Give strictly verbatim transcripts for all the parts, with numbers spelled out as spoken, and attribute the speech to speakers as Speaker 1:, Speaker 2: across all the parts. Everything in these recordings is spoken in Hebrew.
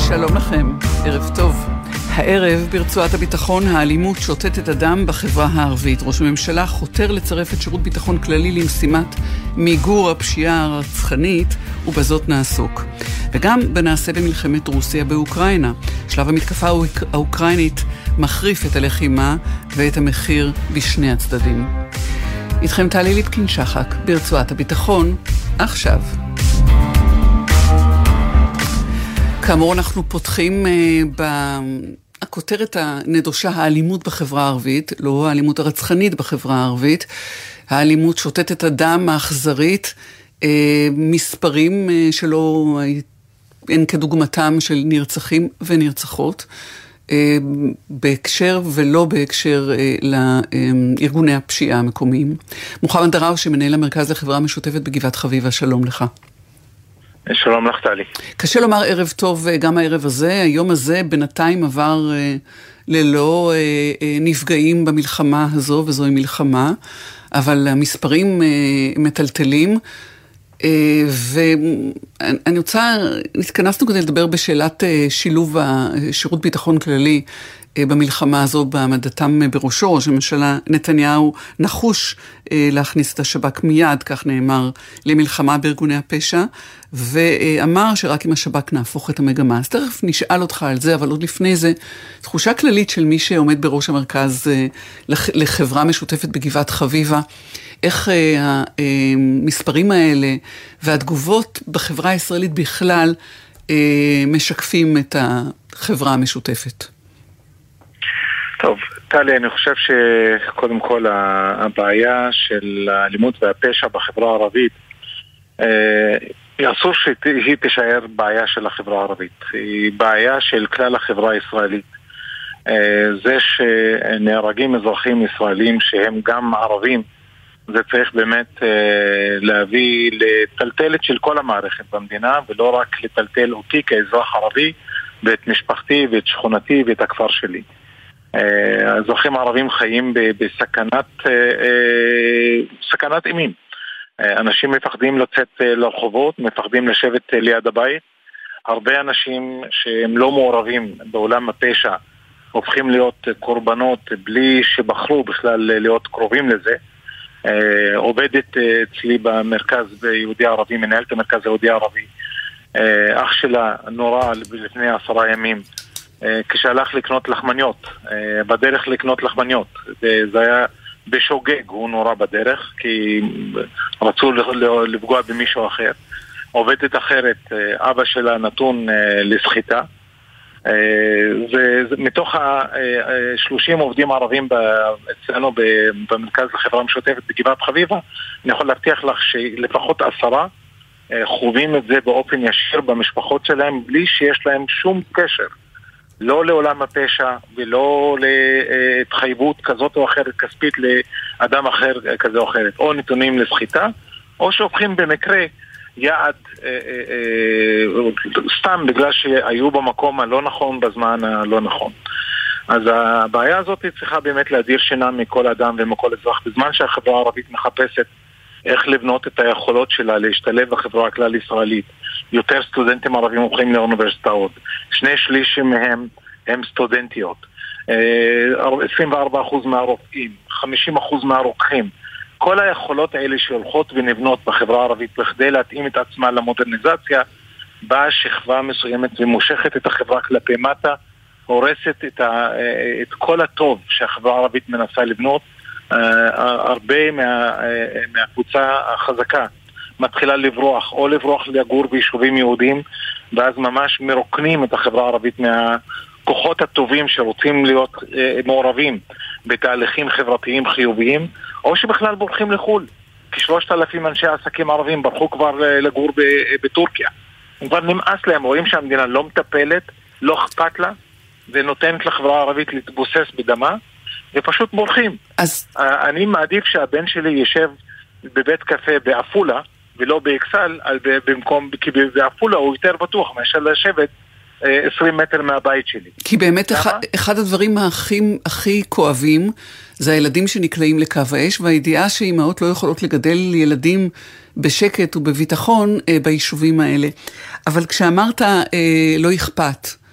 Speaker 1: שלום לכם, ערב טוב. הערב ברצועת הביטחון האלימות שוטטת אדם בחברה הערבית. ראש הממשלה חותר לצרף את שירות ביטחון כללי למשימת מיגור הפשיעה הרצחנית, ובזאת נעסוק. וגם בנעשה במלחמת רוסיה באוקראינה. שלב המתקפה האוקראינית מחריף את הלחימה ואת המחיר בשני הצדדים. איתכם טלי ליפקין שחק ברצועת הביטחון, עכשיו. כאמור אנחנו פותחים uh, בכותרת הנדושה, האלימות בחברה הערבית, לא האלימות הרצחנית בחברה הערבית, האלימות שוטטת הדם האכזרית, uh, מספרים uh, שלא אין כדוגמתם של נרצחים ונרצחות, uh, בהקשר ולא בהקשר uh, לארגוני הפשיעה המקומיים. מוחמד דראוש, שמנהל המרכז לחברה משותפת בגבעת חביבה, שלום לך.
Speaker 2: שלום לך טלי.
Speaker 1: קשה לומר ערב טוב גם הערב הזה, היום הזה בינתיים עבר אה, ללא אה, אה, נפגעים במלחמה הזו, וזוהי מלחמה, אבל המספרים אה, מטלטלים, אה, ואני רוצה, התכנסנו כדי לדבר בשאלת אה, שילוב השירות ביטחון כללי אה, במלחמה הזו, בעמדתם בראשו. ראש הממשלה נתניהו נחוש אה, להכניס את השב"כ מיד, כך נאמר, למלחמה בארגוני הפשע, ואמר שרק עם השב"כ נהפוך את המגמה. אז תכף נשאל אותך על זה, אבל עוד לפני זה, תחושה כללית של מי שעומד בראש המרכז לחברה משותפת בגבעת חביבה, איך המספרים האלה והתגובות בחברה הישראלית בכלל משקפים את החברה המשותפת?
Speaker 2: טוב, טלי, אני חושב שקודם כל הבעיה של האלימות והפשע בחברה הערבית, אסור שהיא תישאר בעיה של החברה הערבית, היא בעיה של כלל החברה הישראלית. זה שנהרגים אזרחים ישראלים שהם גם ערבים, זה צריך באמת להביא לטלטלת של כל המערכת במדינה, ולא רק לטלטל אותי כאזרח ערבי, ואת משפחתי ואת שכונתי ואת הכפר שלי. האזרחים הערבים חיים בסכנת סכנת אימים. אנשים מפחדים לצאת לרחובות, מפחדים לשבת ליד הבית. הרבה אנשים שהם לא מעורבים בעולם הפשע הופכים להיות קורבנות בלי שבחרו בכלל להיות קרובים לזה. עובדת אצלי במרכז יהודי ערבי, מנהלת המרכז היהודי ערבי, אח שלה נורא לפני עשרה ימים כשהלך לקנות לחמניות, בדרך לקנות לחמניות. זה היה בשוגג, הוא נורא בדרך, כי רצו לפגוע במישהו אחר. עובדת אחרת, אבא שלה נתון לסחיטה. ומתוך ה-שלושים עובדים ערבים אצלנו במרכז לחברה משותפת בגבעת חביבה, אני יכול להבטיח לך שלפחות עשרה חווים את זה באופן ישיר במשפחות שלהם, בלי שיש להם שום קשר. לא לעולם הפשע ולא להתחייבות כזאת או אחרת כספית לאדם אחר כזה או אחרת, או נתונים לסחיטה, או שהופכים במקרה יעד אה, אה, סתם בגלל שהיו במקום הלא נכון בזמן הלא נכון. אז הבעיה הזאת צריכה באמת להדיר שינה מכל אדם ומכל אזרח, בזמן שהחברה הערבית מחפשת איך לבנות את היכולות שלה להשתלב בחברה הכלל ישראלית. יותר סטודנטים ערבים הולכים לאוניברסיטאות, שני שלישים מהם הם סטודנטיות, עשרים וארבעה אחוז מהרופאים, חמישים אחוז מהרוקחים. כל היכולות האלה שהולכות ונבנות בחברה הערבית בכדי להתאים את עצמה למודרניזציה, באה שכבה מסוימת ומושכת את החברה כלפי מטה, הורסת את, ה, את כל הטוב שהחברה הערבית מנסה לבנות. הרבה מה, מהקבוצה החזקה מתחילה לברוח, או לברוח לגור ביישובים יהודים, ואז ממש מרוקנים את החברה הערבית מהכוחות הטובים שרוצים להיות מעורבים בתהליכים חברתיים חיוביים, או שבכלל בורחים לחול. כשלושת אלפים אנשי עסקים ערבים ברחו כבר לגור בטורקיה. כבר נמאס להם, רואים שהמדינה לא מטפלת, לא אכפת לה, ונותנת לחברה הערבית להתבוסס בדמה, ופשוט בורחים. אז אני מעדיף שהבן שלי ישב בבית קפה באפולה, ולא באקסל, במקום, כי באפולה הוא יותר בטוח מאשר לשבת עשרים מטר מהבית שלי.
Speaker 1: כי באמת אחד, אחד הדברים הכי, הכי כואבים זה הילדים שנקלעים לקו האש, והידיעה שאימהות לא יכולות לגדל ילדים בשקט ובביטחון אה, ביישובים האלה. אבל כשאמרת אה, לא אכפת,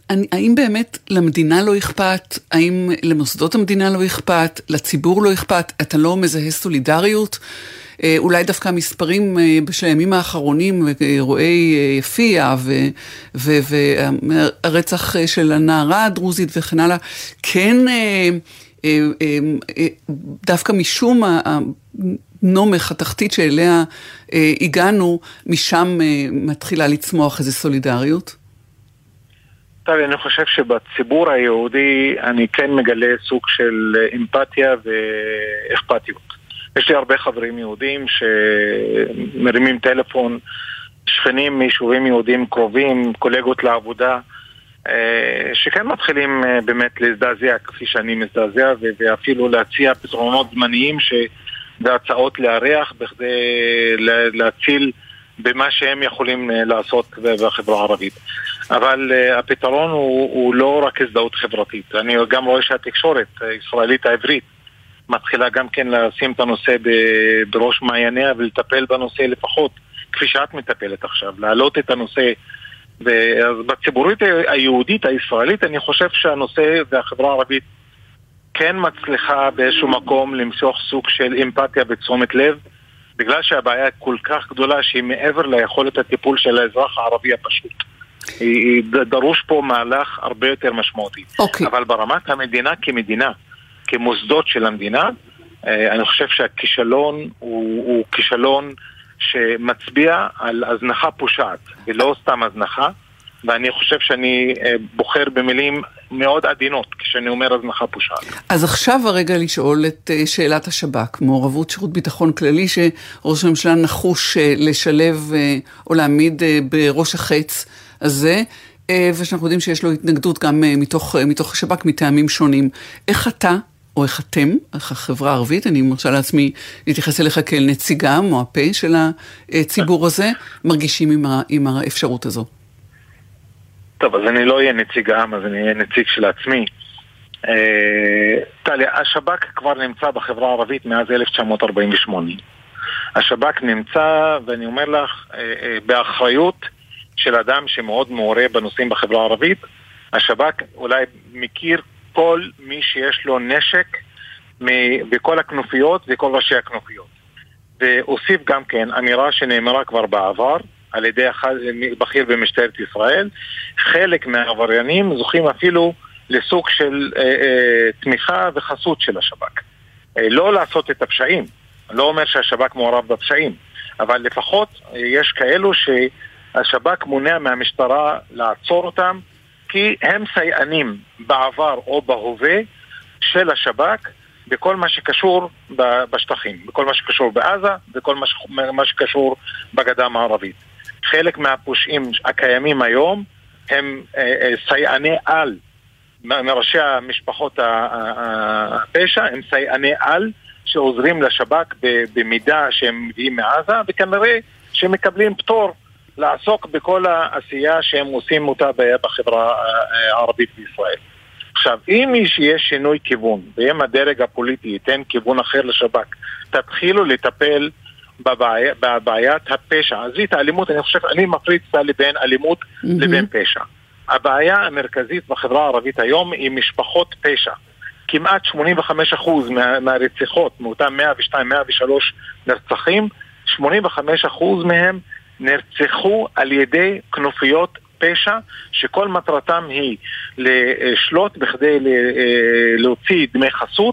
Speaker 1: האם באמת למדינה לא אכפת? האם למוסדות המדינה לא אכפת? לציבור לא אכפת? אתה לא מזהה סולידריות? אולי דווקא המספרים בשל הימים האחרונים, רואי יפיע והרצח של הנערה הדרוזית וכן הלאה, כן דווקא משום הנומך, התחתית שאליה הגענו, משם מתחילה לצמוח איזו סולידריות?
Speaker 2: טוב, אני חושב שבציבור היהודי אני כן מגלה סוג של אמפתיה ואכפתיות. יש לי הרבה חברים יהודים שמרימים טלפון, שכנים מיישובים יהודים קרובים, קולגות לעבודה, שכן מתחילים באמת להזדעזע כפי שאני מזדעזע, ואפילו להציע פתרונות זמניים והצעות להריח בכדי להציל במה שהם יכולים לעשות בחברה הערבית. אבל הפתרון הוא, הוא לא רק הזדהות חברתית. אני גם רואה שהתקשורת הישראלית העברית מתחילה גם כן לשים את הנושא בראש מעייניה ולטפל בנושא לפחות כפי שאת מטפלת עכשיו, להעלות את הנושא. אז בציבורית היהודית הישראלית אני חושב שהנושא והחברה הערבית כן מצליחה באיזשהו מקום למשוך סוג של אמפתיה ותשומת לב, בגלל שהבעיה כל כך גדולה שהיא מעבר ליכולת הטיפול של האזרח הערבי הפשוט. היא דרוש פה מהלך הרבה יותר משמעותי. Okay. אבל ברמת המדינה כמדינה, כמוסדות של המדינה, אני חושב שהכישלון הוא, הוא כישלון שמצביע על הזנחה פושעת, ולא סתם הזנחה, ואני חושב שאני בוחר במילים מאוד עדינות כשאני אומר הזנחה פושעת.
Speaker 1: אז עכשיו הרגע לשאול את שאלת השב"כ, מעורבות שירות ביטחון כללי שראש הממשלה נחוש לשלב או להעמיד בראש החץ הזה, ושאנחנו יודעים שיש לו התנגדות גם מתוך, מתוך השב"כ מטעמים שונים. איך אתה או איך אתם, איך החברה הערבית, אני מרשה לעצמי להתייחס אליך כאל נציגם או הפה של הציבור הזה, מרגישים עם, ה, עם האפשרות הזו?
Speaker 2: טוב, אז אני לא אהיה נציג העם, אז אני אהיה נציג של עצמי. טליה, השב"כ כבר נמצא בחברה הערבית מאז אלף תשע מאות ארבעים ושמונה. השב"כ נמצא, ואני אומר לך, באחריות של אדם שמאוד מעורה בנושאים בחברה הערבית. השב"כ אולי מכיר כל מי שיש לו נשק בכל הכנופיות וכל ראשי הכנופיות. והוסיף גם כן אמירה שנאמרה כבר בעבר, על ידי אחד בכיר במשטרת ישראל, חלק מהעבריינים זוכים אפילו לסוג של אה, אה, תמיכה וחסות של השב"כ. אה, לא לעשות את הפשעים, לא אומר שהשב"כ מעורב בפשעים, אבל לפחות אה, יש כאלו שהשב"כ מונע מהמשטרה לעצור אותם, כי הם סייענים בעבר או בהווה של השב"כ, בכל מה שקשור בשטחים, בכל מה שקשור בעזה, בכל מה שקשור בגדה המערבית. חלק מהפושעים הקיימים היום הם סייעני על, מראשי המשפחות הפשע, הם סייעני על שעוזרים לשב"כ במידה שהם מביאים מעזה, וכנראה שמקבלים פטור לעסוק בכל העשייה שהם עושים אותה בחברה הערבית בישראל. עכשיו, אם יש שינוי כיוון, ואם הדרג הפוליטי ייתן כיוון אחר לשב"כ, תתחילו לטפל בבעי, בבעיית הפשע. אז את האלימות, אני חושב, אני מפריד בין אלימות mm-hmm. לבין פשע. הבעיה המרכזית בחברה הערבית היום היא משפחות פשע. כמעט שמונים וחמישה אחוז מה, מהרציחות, מאותם מאה ושתיים מאה ושלוש נרצחים, שמונים וחמישה אחוז מהם נרצחו על ידי כנופיות פשע, שכל מטרתם היא לשלוט בכדי להוציא דמי חסות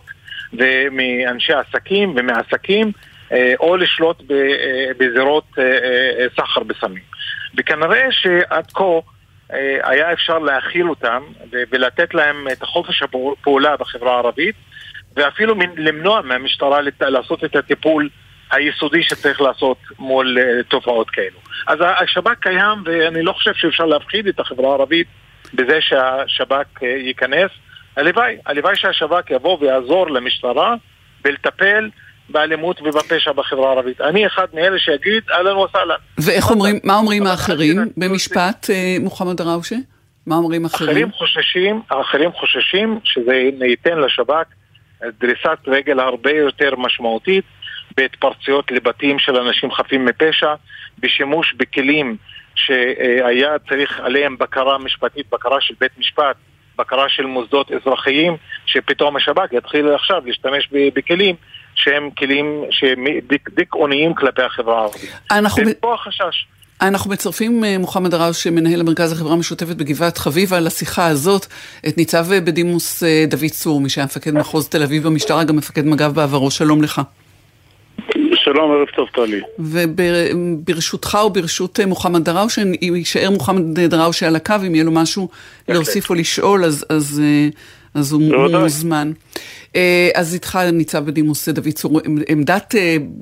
Speaker 2: ומאנשי עסקים ומעסקים, או לשלוט בזירות סחר בסמים. וכנראה שעד כה היה אפשר להכיל אותם ולתת להם את החופש הפעולה בחברה הערבית, ואפילו למנוע מהמשטרה לעשות את הטיפול היסודי שצריך לעשות מול תופעות כאלו. אז השב"כ קיים, ואני לא חושב שאפשר להפחיד את החברה הערבית בזה שהשב"כ ייכנס. הלוואי, הלוואי שהשב"כ יבוא ויעזור למשטרה ולטפל באלימות ובפשע בחברה הערבית. אני אחד מאלה שיגיד, אהלן וסהלן.
Speaker 1: ואיך אומרים, מה אומרים האחרים במשפט, מוחמד דראושה? מה אומרים אחרים?
Speaker 2: אחרים חוששים, האחרים חוששים שזה ייתן לשב"כ דריסת רגל הרבה יותר משמעותית, בהתפרצויות לבתים של אנשים חפים מפשע, בשימוש בכלים שהיה צריך עליהם בקרה משפטית, בקרה של בית משפט, בקרה של מוסדות אזרחיים, שפתאום השב"כ יתחיל עכשיו להשתמש בכלים שהם כלים דיכאוניים כלפי החברה הערבית. ופה החשש.
Speaker 1: אנחנו מצרפים מוחמד דראוש, מנהל המרכז החברה המשותפת בגבעת חביבה, לשיחה הזאת את ניצב בדימוס דוד צור, מי שהיה מפקד מחוז תל אביב במשטרה, גם מפקד מג"ב בעברו. שלום לך.
Speaker 3: שלום, ערב טוב טלי.
Speaker 1: וברשותך וברשות מוחמד דראוש, יישאר מוחמד דראוש על הקו, אם יהיה לו משהו להוסיף או לשאול, אז, אז, אז הוא מוזמן. אז איתך ניצב בדימוס דוד צור, עמדת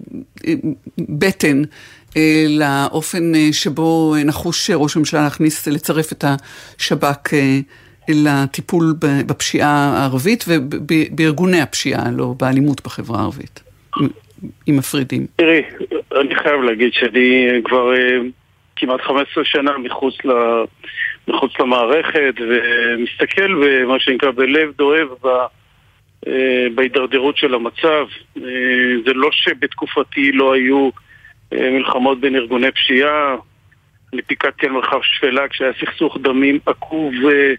Speaker 1: בטן לאופן שבו נחוש ראש הממשלה להכניס, לצרף את השב"כ לטיפול בפשיעה הערבית ובארגוני הפשיעה, לא באלימות בחברה הערבית, עם מפרידים.
Speaker 3: תראי, אני חייב להגיד שאני כבר כמעט חמש עשרה שנה מחוץ ל... מחוץ למערכת, ומסתכל במה שנקרא בלב דואב ב... בהידרדרות של המצב. זה לא שבתקופתי לא היו מלחמות בין ארגוני פשיעה. אני פיקדתי על מרחב שפלה כשהיה סכסוך דמים עקוב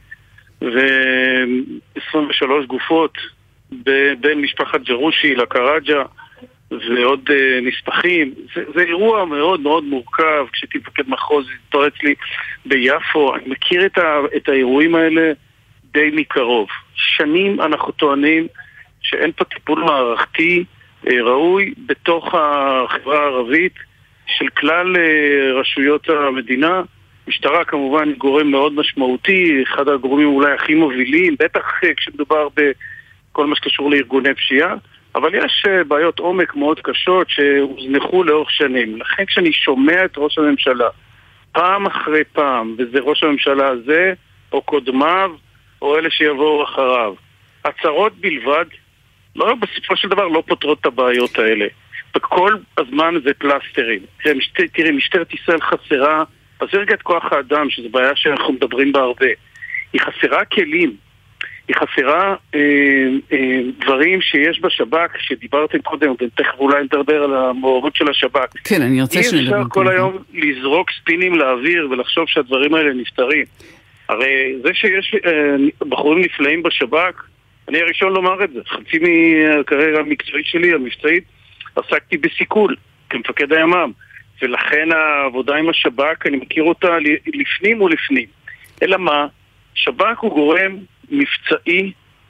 Speaker 3: ו-עשרים ושלוש גופות בין משפחת ג'רושי לקראג'ה ועוד נספחים. זה, זה אירוע מאוד מאוד מורכב. כשהייתי מפקד מחוז התפרץ לי ביפו, אני מכיר את, ה, את האירועים האלה די מקרוב. שנים אנחנו טוענים שאין פה טיפול מערכתי ראוי בתוך החברה הערבית של כלל רשויות המדינה. משטרה כמובן היא גורם מאוד משמעותי, אחד הגורמים אולי הכי מובילים, בטח כשמדובר בכל מה שקשור לארגוני פשיעה, אבל יש בעיות עומק מאוד קשות שהוזנחו לאורך שנים. לכן כשאני שומע את ראש הממשלה פעם אחרי פעם, וזה ראש הממשלה הזה או קודמיו או אלה שיבואו אחריו, הצהרות בלבד, לא, בסופו של דבר לא פותרות את הבעיות האלה. וכל הזמן זה פלסטרים. תראה, משט... תראה משטרת ישראל חסרה, אז הרגע את כוח האדם, שזו בעיה שאנחנו מדברים בה הרבה. היא חסרה כלים, היא חסרה אה, אה, דברים שיש בשב"כ, שדיברתם קודם, ותכף אולי נדבר על המעורבות של השב"כ.
Speaker 1: כן, אני רוצה שנדבר.
Speaker 3: אי אפשר כל היום לזרוק ספינים לאוויר ולחשוב שהדברים האלה נפתרים. הרי זה שיש אה, בחורים נפלאים בשב"כ, אני הראשון לומר את זה. חצי מהקריירה המקצועית שלי, המבצעית, עסקתי בסיכול, כמפקד הימ"מ. ולכן העבודה עם השב"כ, אני מכיר אותה לפנים ולפנים. אלא מה? שב"כ הוא גורם מבצעי,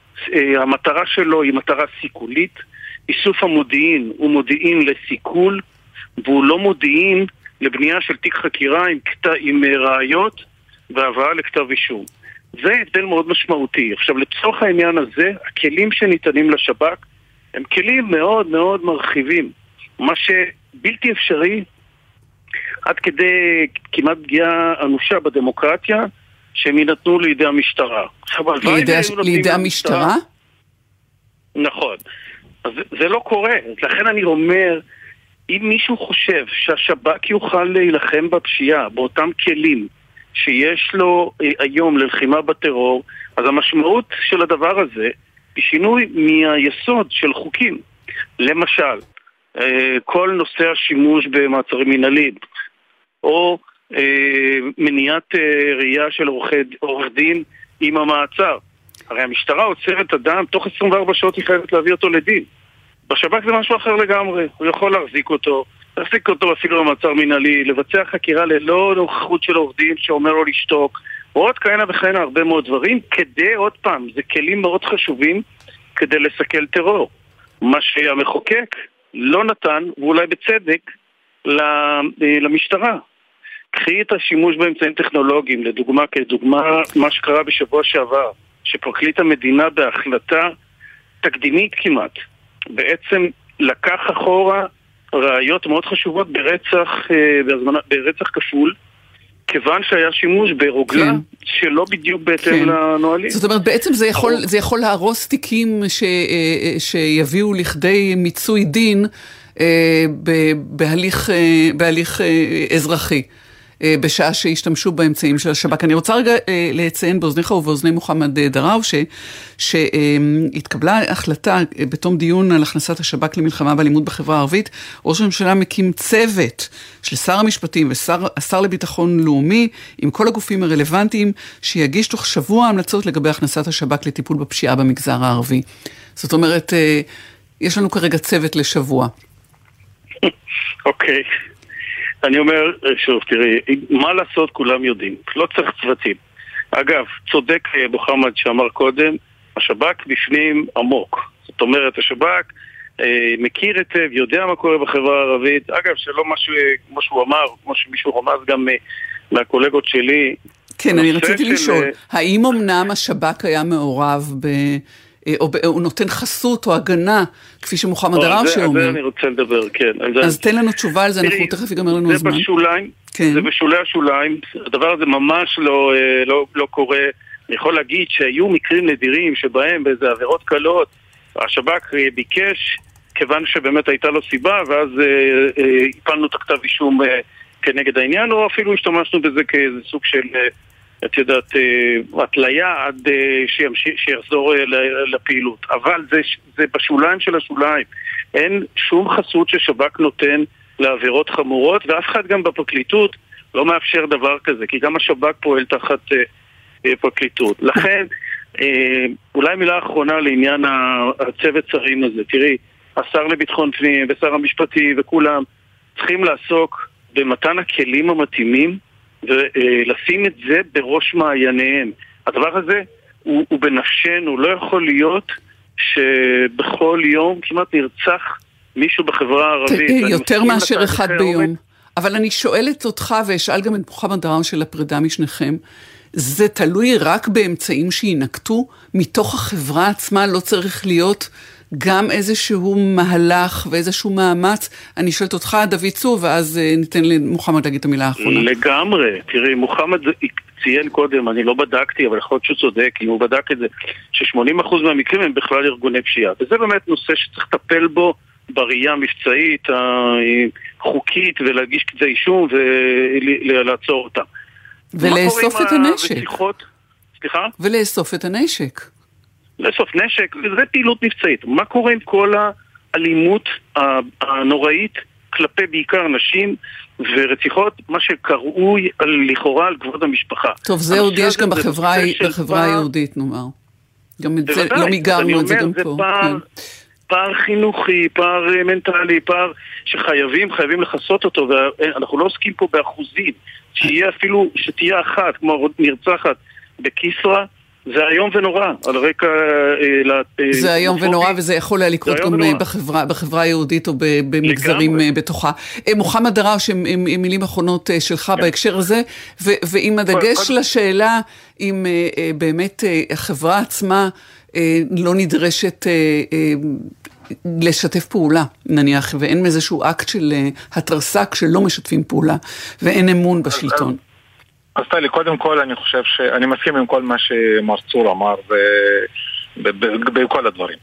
Speaker 3: המטרה שלו היא מטרה סיכולית. איסוף המודיעין הוא מודיעין לסיכול, והוא לא מודיעין לבנייה של תיק חקירה עם, עם ראיות והבאה לכתב אישום. זה הבדל מאוד משמעותי. עכשיו, לצורך העניין הזה, הכלים שניתנים לשב"כ הם כלים מאוד מאוד מרחיבים. מה שבלתי אפשרי, עד כדי כמעט פגיעה אנושה בדמוקרטיה, שהם ינתנו לידי המשטרה. עכשיו,
Speaker 1: לידי, לידי המשטרה?
Speaker 3: נכון. אז זה לא קורה. לכן אני אומר, אם מישהו חושב שהשב"כ יוכל להילחם בפשיעה, באותם כלים, שיש לו היום ללחימה בטרור, אז המשמעות של הדבר הזה היא שינוי מהיסוד של חוקים. למשל, כל נושא השימוש במעצרים מנהליים, או מניעת ראייה של עורך דין עם המעצר. הרי המשטרה עוצרת אדם, תוך עשרים וארבע שעות היא חייבת להביא אותו לדין. בשב"כ זה משהו אחר לגמרי. הוא יכול להחזיק אותו, להחזיק אותו אפילו במעצר מנהלי, לבצע חקירה ללא נוכחות של עורך דין שאומר לו לשתוק, ועוד כהנה וכהנה הרבה מאוד דברים, כדי, עוד פעם, זה כלים מאוד חשובים כדי לסכל טרור. מה שהמחוקק לא נתן, ואולי בצדק, למשטרה. קחי את השימוש באמצעים טכנולוגיים, לדוגמה, כדוגמה מה שקרה בשבוע שעבר, שפרקליט המדינה בהחלטה תקדימית כמעט, בעצם לקח אחורה ראיות מאוד חשובות ברצח, בהזמנה, ברצח כפול, כיוון שהיה שימוש ברוגלה כן. שלא בדיוק בהתאם כן. לנהלים.
Speaker 1: זאת אומרת, בעצם זה יכול, זה יכול להרוס תיקים ש, שיביאו לכדי מיצוי דין בהליך, בהליך אזרחי. בשעה שהשתמשו באמצעים של השב"כ. אני רוצה רגע לציין באוזניך ובאוזני מוחמד דראושה, שהתקבלה החלטה בתום דיון על הכנסת השב"כ למלחמה באלימות בחברה הערבית. ראש הממשלה מקים צוות של שר המשפטים והשר לביטחון לאומי, עם כל הגופים הרלוונטיים, שיגיש תוך שבוע המלצות לגבי הכנסת השב"כ לטיפול בפשיעה במגזר הערבי. זאת אומרת, יש לנו כרגע צוות לשבוע.
Speaker 3: אוקיי. אני אומר, שוב, תראי, מה לעשות כולם יודעים. לא צריך צוותים. אגב, צודק מוחמד שאמר קודם, השב"כ בפנים עמוק. זאת אומרת, השב"כ אה, מכיר היטב, יודע מה קורה בחברה הערבית. אגב, שלא משהו, כמו שהוא אמר, כמו שמישהו רמז גם אה, מהקולגות שלי.
Speaker 1: כן, אני רציתי של... לשאול, האם אמנם השב"כ היה מעורב ב... או הוא נותן חסות או הגנה, כפי שמוחמד דראושה אומר.
Speaker 3: על זה אני רוצה לדבר, כן.
Speaker 1: אז תן לנו תשובה על זה, אנחנו תכף ייגמר לנו הזמן.
Speaker 3: זה בשוליים, זה בשולי השוליים, הדבר הזה ממש לא קורה. אני יכול להגיד שהיו מקרים נדירים שבהם באיזה עבירות קלות, השב"כ ביקש, כיוון שבאמת הייתה לו סיבה, ואז הפלנו את הכתב אישום כנגד העניין, או אפילו השתמשנו בזה כאיזה סוג של... את יודעת, התליה עד שיחזור לפעילות. אבל זה, זה בשוליים של השוליים. אין שום חסות ששב"כ נותן לעבירות חמורות, ואף אחד גם בפרקליטות לא מאפשר דבר כזה, כי גם השב"כ פועל תחת פרקליטות. לכן, אולי מילה אחרונה לעניין הצוות שרים הזה. תראי, השר לביטחון פנים ושר המשפטי וכולם צריכים לעסוק במתן הכלים המתאימים ולשים את זה בראש מעייניהם. הדבר הזה הוא, הוא בנפשנו. לא יכול להיות שבכל יום כמעט נרצח מישהו בחברה הערבית.
Speaker 1: יותר מאשר אחד ביום. אבל אני שואלת אותך, ואשאל גם את מוחמד דראושה של הפרידה משניכם, זה תלוי רק באמצעים שינקטו? מתוך החברה עצמה לא צריך להיות גם איזשהו מהלך ואיזשהו מאמץ? אני שואלת אותך, דוד צור, ואז ניתן למוחמד להגיד את המילה האחרונה.
Speaker 3: לגמרי. תראי, מוחמד ציין קודם, אני לא בדקתי, אבל יכול להיות שהוא צודק, אם הוא בדק את זה, ש-שמונים אחוז מהמקרים הם בכלל ארגוני פשיעה. וזה באמת נושא שצריך לטפל בו בראייה המבצעית, החוקית, ולהגיש כתבי אישום ולעצור אותם.
Speaker 1: ולאסוף את הנשק.
Speaker 3: סליחה?
Speaker 1: ולאסוף את הנשק.
Speaker 3: לאסוף נשק, זה פעילות מבצעית. מה קורה עם כל האלימות הנוראית כלפי בעיקר נשים ורציחות, מה שקראוי לכאורה על כבוד המשפחה?
Speaker 1: טוב, זה עוד יש גם בחברה היהודית, נאמר. גם את זה, לא מיגרנו את זה גם פה.
Speaker 3: פער חינוכי, פער מנטלי, פער שחייבים, חייבים לחסות אותו, ואנחנו לא עוסקים פה באחוזים. שיהיה אפילו, שתהיה אחת, כמו נרצחת בכיסרא, זה היום ונורא, על רקע...
Speaker 1: זה היום ונורא, וזה יכול היה לקרות גם בחברה היהודית או במגזרים בתוכה. מוחמד דראושה, עם מילים אחרונות שלך בהקשר הזה, ועם הדגש לשאלה אם באמת החברה עצמה לא נדרשת לשתף פעולה, נניח, ואין איזשהו אקט של התרסק שלא משתפים פעולה, ואין אמון בשלטון.
Speaker 2: אז טלי, קודם כל אני חושב שאני מסכים עם כל מה שמר צור אמר בכל הדברים.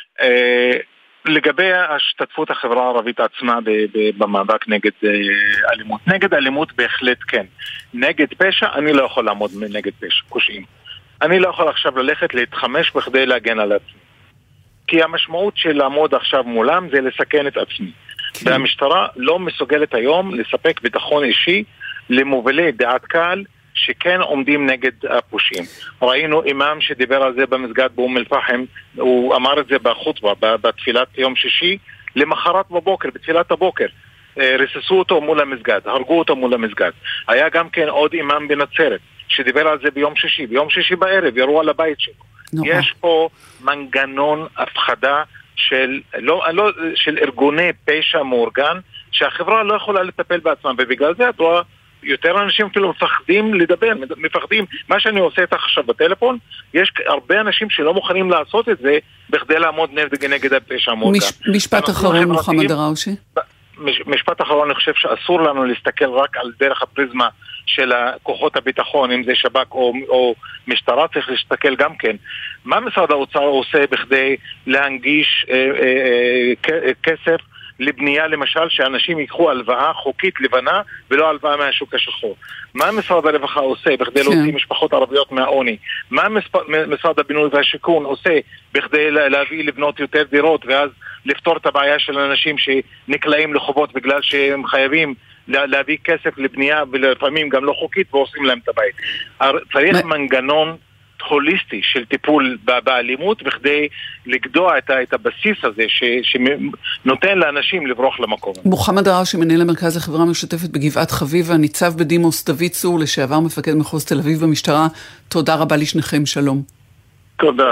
Speaker 2: לגבי השתתפות החברה הערבית עצמה במאבק נגד אלימות. נגד אלימות בהחלט כן. נגד פשע אני לא יכול לעמוד נגד פשע, פושעים. אני לא יכול עכשיו ללכת להתחמש בכדי להגן על עצמי. כי המשמעות של לעמוד עכשיו מולם זה לסכן את עצמי. והמשטרה לא מסוגלת היום לספק ביטחון אישי למובילי דעת קהל שכן עומדים נגד הפושעים. ראינו אימאם שדיבר על זה במסגד באום אל-פחם, הוא אמר את זה בחוטבה, בתפילת יום שישי, למחרת בבוקר, בתפילת הבוקר. רססו אותו מול המסגד, הרגו אותו מול המסגד. היה גם כן עוד אימאם בנצרת, שדיבר על זה ביום שישי, ביום שישי בערב, ירו על הבית שלו. נורא. יש פה מנגנון הפחדה של, לא, לא, של ארגוני פשע מאורגן, שהחברה לא יכולה לטפל בעצמם, ובגלל זה את רואה יותר אנשים אפילו מפחדים לדבר, מפחדים. מה שאני עושה איתך עכשיו בטלפון, יש הרבה אנשים שלא מוכנים לעשות את זה, בכדי לעמוד נגד, נגד הפשע המאורגן.
Speaker 1: מש, משפט אחרון, מוחמד דראושה.
Speaker 2: משפט אחרון, אני חושב שאסור לנו להסתכל רק על דרך הפריזמה של כוחות הביטחון, אם זה שב"כ או, או משטרה, צריך להסתכל גם כן. מה משרד האוצר עושה בכדי להנגיש אה, אה, אה, כסף לבנייה, למשל, שאנשים ייקחו הלוואה חוקית לבנה ולא הלוואה מהשוק השחור. מה משרד הרווחה עושה בכדי להוציא משפחות ערביות מהעוני? מה משרד הבינוי והשיכון עושה בכדי להביא לבנות יותר דירות ואז לפתור את הבעיה של אנשים שנקלעים לחובות בגלל שהם חייבים להביא כסף לבנייה ולפעמים גם לא חוקית ועושים להם את הבית? צריך מנגנון הוליסטי של טיפול באלימות בכדי לגדוע את, את הבסיס הזה ש, שנותן לאנשים לברוח למקום.
Speaker 1: מוחמד דראושה, מנהל המרכז לחברה משותפת בגבעת חביבה, ניצב בדימוס דוד צור, לשעבר מפקד מחוז תל אביב במשטרה, תודה רבה לשניכם, שלום.
Speaker 3: תודה.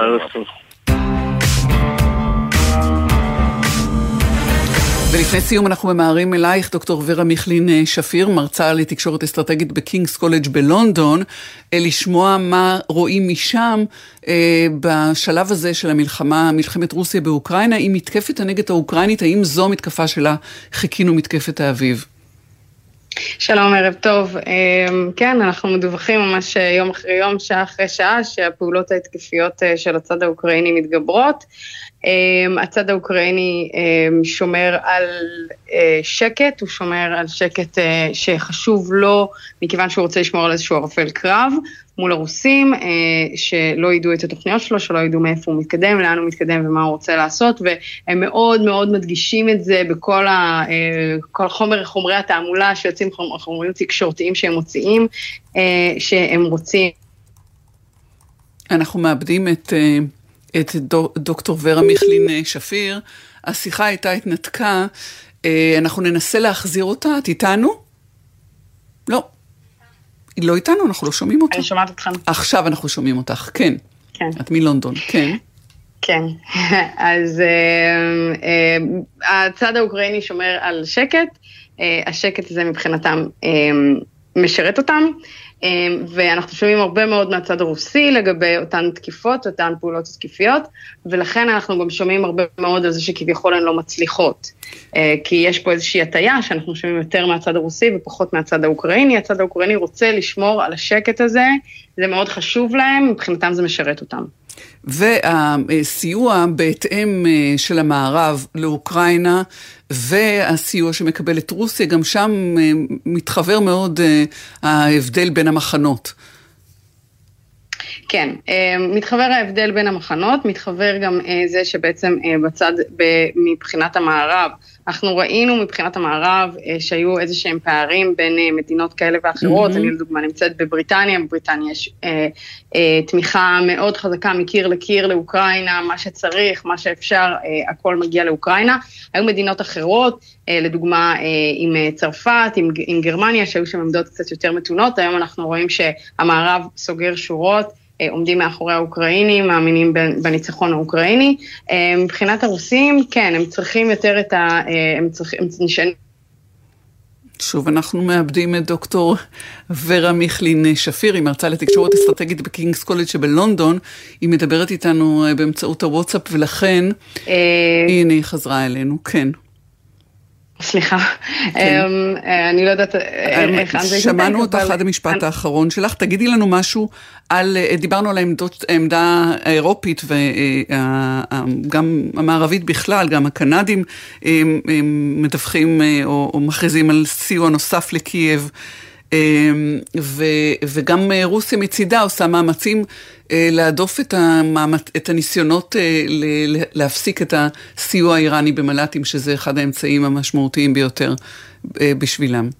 Speaker 1: ולפני סיום אנחנו ממהרים אלייך, דוקטור ורה מיכלין שפיר, מרצה לתקשורת אסטרטגית בקינגס קולג' בלונדון, לשמוע מה רואים משם אה, בשלב הזה של המלחמה, מלחמת רוסיה באוקראינה, עם מתקפת הנגד האוקראינית, האם זו מתקפה שלה חיכינו מתקפת האביב?
Speaker 4: שלום, ערב טוב. כן, אנחנו מדווחים ממש יום אחרי יום, שעה אחרי שעה, שהפעולות ההתקפיות של הצד האוקראיני מתגברות. הצד האוקראיני שומר על שקט, הוא שומר על שקט שחשוב לו, מכיוון שהוא רוצה לשמור על איזשהו ערפל קרב, מול הרוסים, שלא ידעו את התוכניות שלו, שלא ידעו מאיפה הוא מתקדם, לאן הוא מתקדם ומה הוא רוצה לעשות, והם מאוד מאוד מדגישים את זה בכל ה, כל חומר, חומרי התעמולה שיוצאים, חומרים תקשורתיים שהם מוציאים, שהם רוצים.
Speaker 1: אנחנו מאבדים את, את דוקטור ורה מיכלין שפיר, השיחה הייתה התנתקה, אנחנו ננסה להחזיר אותה, את איתנו? לא. היא לא איתנו, אנחנו לא שומעים אותה.
Speaker 4: אני שומעת אתכם.
Speaker 1: עכשיו אנחנו שומעים אותך, כן.
Speaker 4: כן.
Speaker 1: את מלונדון, כן.
Speaker 4: כן. אז uh, uh, הצד האוקראיני שומר על שקט, uh, השקט הזה מבחינתם uh, משרת אותם, uh, ואנחנו שומעים הרבה מאוד מהצד הרוסי לגבי אותן תקיפות, אותן פעולות תקיפיות, ולכן אנחנו גם שומעים הרבה מאוד על זה שכביכול הן לא מצליחות. כי יש פה איזושהי הטיה שאנחנו שומעים יותר מהצד הרוסי ופחות מהצד האוקראיני. הצד האוקראיני רוצה לשמור על השקט הזה, זה מאוד חשוב להם, מבחינתם זה משרת אותם.
Speaker 1: והסיוע בהתאם של המערב לאוקראינה, והסיוע שמקבל את רוסיה, גם שם מתחבר מאוד ההבדל בין המחנות.
Speaker 4: כן, מתחבר ההבדל בין המחנות, מתחבר גם זה שבעצם בצד, מבחינת המערב, אנחנו ראינו מבחינת המערב שהיו איזה שהם פערים בין מדינות כאלה ואחרות, אני לדוגמה נמצאת בבריטניה, בבריטניה יש תמיכה מאוד חזקה מקיר לקיר לאוקראינה, מה שצריך, מה שאפשר, הכל מגיע לאוקראינה. היו מדינות אחרות, לדוגמה עם צרפת, עם, עם גרמניה, שהיו שם עמדות קצת יותר מתונות, היום אנחנו רואים שהמערב סוגר שורות, עומדים מאחורי האוקראינים, מאמינים בניצחון האוקראיני. מבחינת הרוסים, כן, הם צריכים יותר את ה... הם צריכים... הם נשענים...
Speaker 1: שוב, אנחנו מאבדים את דוקטור ורה מיכלין שפיר, היא מרצה לתקשורת אסטרטגית בקינגס קולג' שבלונדון, היא מדברת איתנו באמצעות הוואטסאפ, ולכן, הנה היא חזרה אלינו, כן.
Speaker 4: סליחה, אני לא יודעת איך זה יתפק.
Speaker 1: שמענו את אחד המשפט האחרון שלך, תגידי לנו משהו על, דיברנו על העמדה האירופית וגם המערבית בכלל, גם הקנדים מדווחים או מכריזים על סיוע נוסף לקייב, וגם רוסיה מצידה עושה מאמצים להדוף את הניסיונות להפסיק את הסיוע האיראני במל"טים, שזה אחד האמצעים המשמעותיים ביותר בשבילם.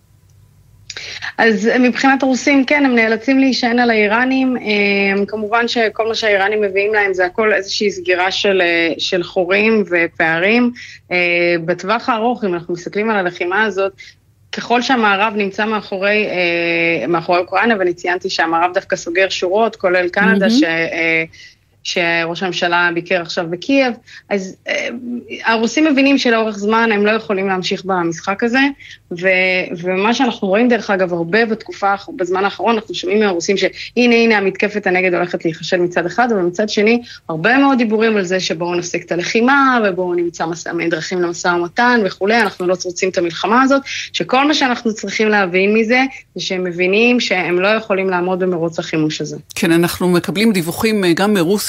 Speaker 4: אז מבחינת הרוסים, כן, הם נאלצים להישען על האיראנים, כמובן שכל מה שהאיראנים מביאים להם זה הכל איזושהי סגירה של, של חורים ופערים. בטווח הארוך, אם אנחנו מסתכלים על הלחימה הזאת, ככל שהמערב נמצא מאחורי, מאחורי אוקראינה, ואני ציינתי שהמערב דווקא סוגר שורות, כולל קנדה, ש... שראש הממשלה ביקר עכשיו בקייב, אז הרוסים מבינים שלאורך זמן הם לא יכולים להמשיך במשחק הזה, ו, ומה שאנחנו רואים דרך אגב הרבה בתקופה, בזמן האחרון, אנחנו שומעים מהרוסים שהנה הנה המתקפת הנגד הולכת להיחשל מצד אחד, אבל מצד שני הרבה מאוד דיבורים על זה שבואו נפסיק את הלחימה, ובואו נמצא מסע, דרכים למשא ומתן וכו', אנחנו לא רוצים את המלחמה הזאת, שכל מה שאנחנו צריכים להבין מזה, זה שהם מבינים שהם לא יכולים לעמוד במרוץ החימוש הזה.
Speaker 1: כן, אנחנו מקבלים דיווחים גם מרוסיה,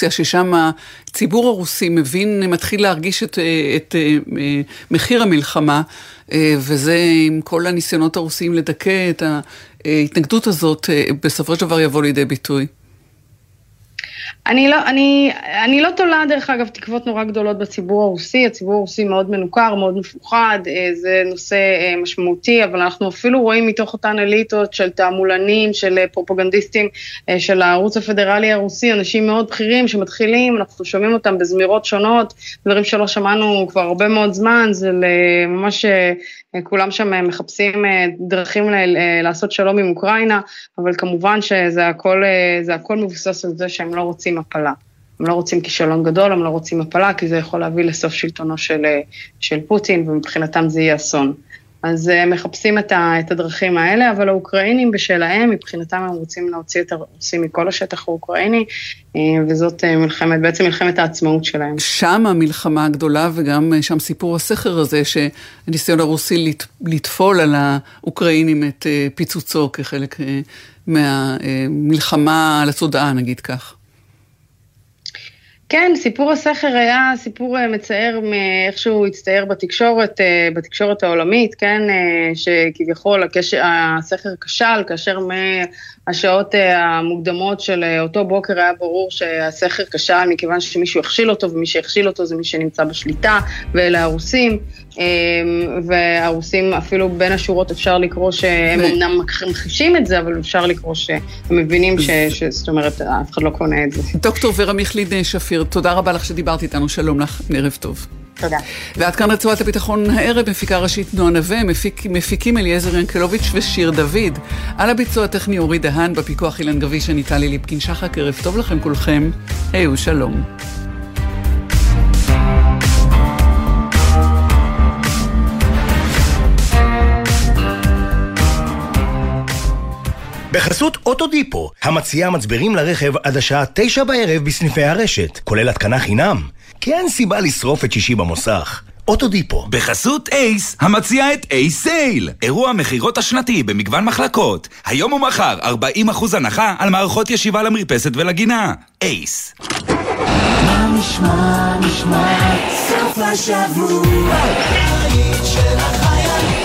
Speaker 1: רוסיה, ששם הציבור הרוסי מבין, מתחיל להרגיש את, את מחיר המלחמה, וזה עם כל הניסיונות הרוסיים לדכא את ההתנגדות הזאת, בסופו של דבר יבוא לידי ביטוי.
Speaker 4: אני לא, אני, אני לא תולה דרך אגב תקוות נורא גדולות בציבור הרוסי, הציבור הרוסי מאוד מנוכר, מאוד מפוחד, זה נושא משמעותי, אבל אנחנו אפילו רואים מתוך אותן אליטות של תעמולנים, של פרופגנדיסטים של הערוץ הפדרלי הרוסי, אנשים מאוד בכירים שמתחילים, אנחנו שומעים אותם בזמירות שונות, דברים שלא שמענו כבר הרבה מאוד זמן, זה ממש כולם שם מחפשים דרכים לעשות שלום עם אוקראינה, אבל כמובן שזה הכל, זה הכל מבוסס על זה שהם לא רוצים הפלה. הם לא רוצים כישלון גדול, הם לא רוצים הפלה, כי זה יכול להביא לסוף שלטונו של, של פוטין, ומבחינתם זה יהיה אסון. אז הם מחפשים את, ה, את הדרכים האלה, אבל האוקראינים בשלהם, מבחינתם הם רוצים להוציא את הרוסים מכל השטח האוקראיני, וזאת מלחמת, בעצם מלחמת העצמאות שלהם.
Speaker 1: שם המלחמה הגדולה, וגם שם סיפור הסכר הזה, שהניסיון הרוסי לטפול על האוקראינים את פיצוצו כחלק מהמלחמה על התודעה, נגיד כך.
Speaker 4: כן, סיפור הסכר היה סיפור מצער מאיכשהו הצטייר בתקשורת, בתקשורת העולמית, כן, שכביכול הקשר, הסכר כשל, כאשר מהשעות המוקדמות של אותו בוקר היה ברור שהסכר כשל, מכיוון שמישהו הכשיל אותו, ומי שהכשיל אותו זה מי שנמצא בשליטה, ואלה הרוסים, והרוסים אפילו בין השורות אפשר לקרוא שהם אמנם מכחישים את זה, אבל אפשר לקרוא שהם מבינים ש... זאת אומרת, אף אחד לא קונה את זה.
Speaker 1: דוקטור ורה מיכלין שפיר, תודה רבה לך שדיברת איתנו, שלום לך, ערב טוב.
Speaker 4: תודה.
Speaker 1: ועד כאן רצועת הביטחון הערב, מפיקה ראשית נועה נווה, מפיק, מפיקים אליעזר ינקלוביץ' ושיר דוד. על הביצוע הטכני אורי דהן, בפיקוח אילן גביש, אני טלי ליפקין שחק, ערב טוב לכם כולכם, היו שלום.
Speaker 5: בחסות אוטודיפו, המציעה מצברים לרכב עד השעה תשע בערב בסניפי הרשת, כולל התקנה חינם. כי אין סיבה לשרוף את שישי במוסך. אוטודיפו.
Speaker 6: בחסות אייס, המציעה את אייס סייל. אירוע מחירות השנתי במגוון מחלקות. היום ומחר ארבעים אחוז הנחה על מערכות ישיבה למרפסת ולגינה. אייס.
Speaker 7: מה נשמע, נשמע, סוף השבוע, העית של החיילים.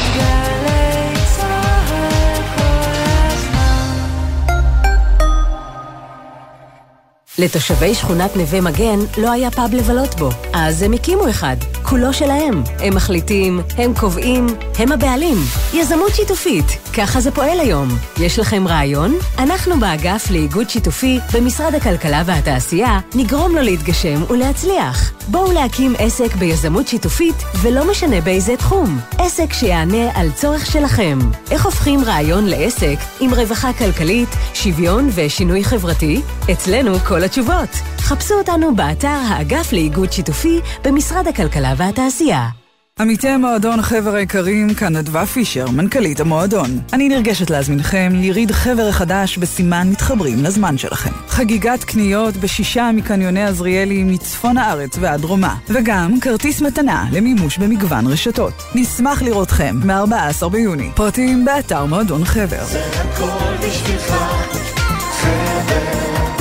Speaker 8: לתושבי שכונת נווה מגן לא היה פאב לבלות בו, אז הם הקימו אחד, כולו שלהם. הם מחליטים, הם קובעים, הם הבעלים. יזמות שיתופית, ככה זה פועל היום. יש לכם רעיון? אנחנו באגף לאיגוד שיתופי במשרד הכלכלה והתעשייה נגרום לו להתגשם ולהצליח. בואו להקים עסק ביזמות שיתופית ולא משנה באיזה תחום. עסק שיענה על צורך שלכם. איך הופכים רעיון לעסק עם רווחה כלכלית, שוויון ושינוי חברתי? אצלנו כל התשובות. חפשו אותנו באתר האגף לאיגוד שיתופי במשרד הכלכלה והתעשייה.
Speaker 9: עמיתי המועדון חבר היקרים, כאן נדבה פישר, מנכ"לית המועדון. אני נרגשת להזמינכם ליריד חבר החדש בסימן מתחברים לזמן שלכם. חגיגת קניות בשישה מקניוני עזריאלי מצפון הארץ ועד דרומה, וגם כרטיס מתנה למימוש במגוון רשתות. נשמח לראותכם מ-ארבעה עשר ביוני. פרטים באתר מועדון חבר.
Speaker 7: זה הכל בשבילך, חבר.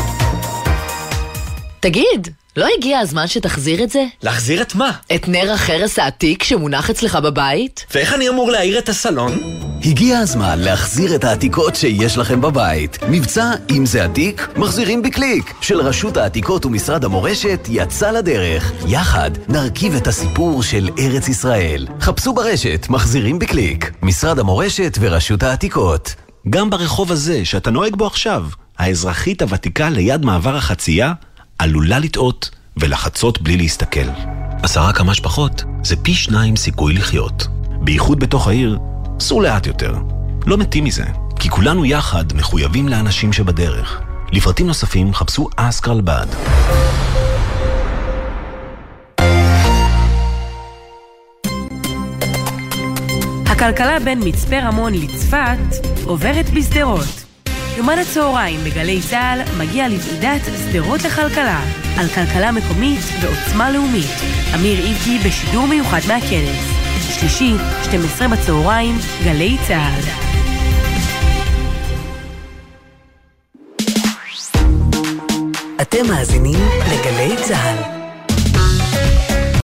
Speaker 10: תגיד, לא הגיע הזמן שתחזיר את זה?
Speaker 11: להחזיר את מה?
Speaker 10: את נר החרס העתיק שמונח אצלך בבית?
Speaker 11: ואיך אני אמור להעיר את הסלון?
Speaker 12: הגיע הזמן להחזיר את העתיקות שיש לכם בבית. מבצע אם זה עתיק, מחזירים בקליק. של רשות העתיקות ומשרד המורשת יצא לדרך. יחד נרכיב את הסיפור של ארץ ישראל. חפשו ברשת, מחזירים בקליק. משרד המורשת ורשות העתיקות.
Speaker 13: גם ברחוב הזה שאתה נוהג בו עכשיו, האזרחית הוותיקה ליד מעבר החצייה עלולה לטעות ולחצות בלי להסתכל. עשרה כמה שפחות זה פי שניים סיכוי לחיות. בייחוד בתוך העיר, סור לאט יותר. לא מתים מזה, כי כולנו יחד מחויבים לאנשים שבדרך. לפרטים נוספים חפשו אסק רלב"ד.
Speaker 14: הכלכלה בין מצפה רמון לצפת עוברת בסדרות. יומן הצהריים בגלי צהל מגיע לוועידת סדרות לכלכלה, על כלכלה מקומית ועוצמה לאומית. אמיר איבקי בשידור מיוחד מהכנס. שלישי, שתים עשרה בצהריים, גלי צהל.
Speaker 15: אתם מאזינים לגלי צהל.